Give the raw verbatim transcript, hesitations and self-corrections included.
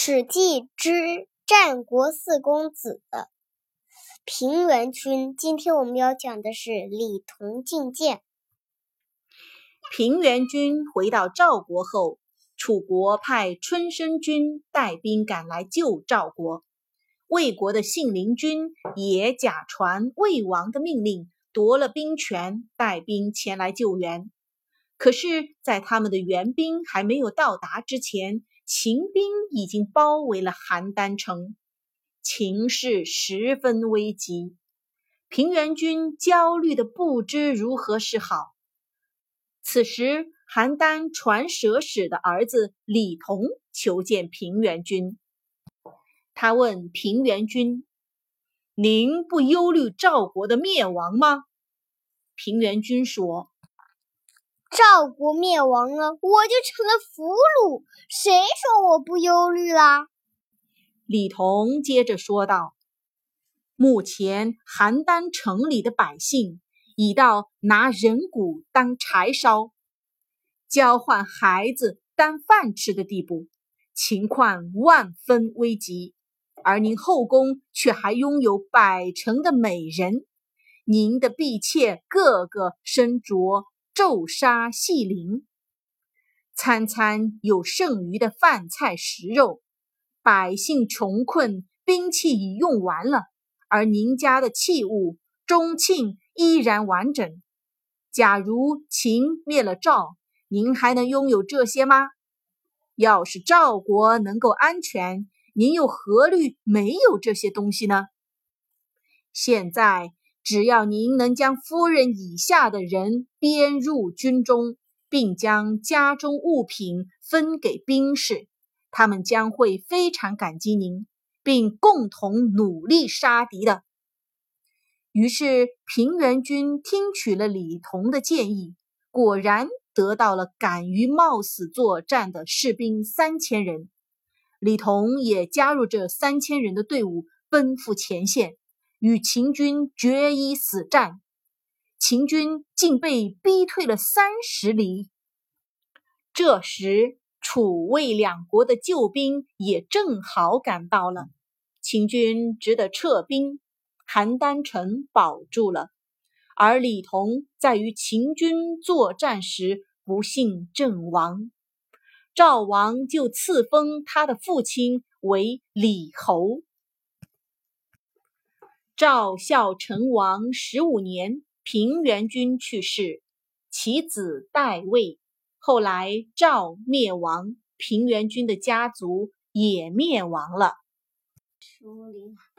史记之战国四公子平原君。今天我们要讲的是李同进谏。 平原君回到赵国后，楚国派春申君带兵赶来救赵国。魏国的信陵君也假传魏王的命令，夺了兵权，带兵前来救援。可是在他们的援兵还没有到达之前，秦兵已经包围了邯郸城，情势十分危急。平原君焦虑的不知如何是好。此时邯郸传舌使的儿子李同求见平原君。他问平原君：您不忧虑赵国的灭亡吗？平原君说： 赵国灭亡了，我就成了俘虏，谁说我不忧虑啦？ 李同接着说道：目前邯郸城里的百姓已到拿人骨当柴烧，交换孩子当饭吃的地步，情况万分危急。而您后宫却还拥有百城的美人，您的婢妾个个身着皱纱细绫，餐餐有剩余的饭菜食肉，百姓穷困，兵器已用完了，而您家的器物钟磬依然完整。假如秦灭了赵，您还能拥有这些吗？要是赵国能够安全，您又何虑没有这些东西呢？现在只要您能将夫人以下的人编入军中，并将家中物品分给兵士，他们将会非常感激您，并共同努力杀敌的。于是平原君听取了李同的建议，果然得到了敢于冒死作战的士兵三千人。李同也加入这三千人的队伍，奔赴前线，与秦军决一死战。秦军竟被逼退了三十里。这时楚魏两国的救兵也正好赶到了，秦军只得撤兵，邯郸城保住了。而李同在与秦军作战时不幸阵亡，赵王就赐封他的父亲为李侯。赵孝成王十五年，平原君去世，其子代位。后来赵灭亡，平原君的家族也灭亡了。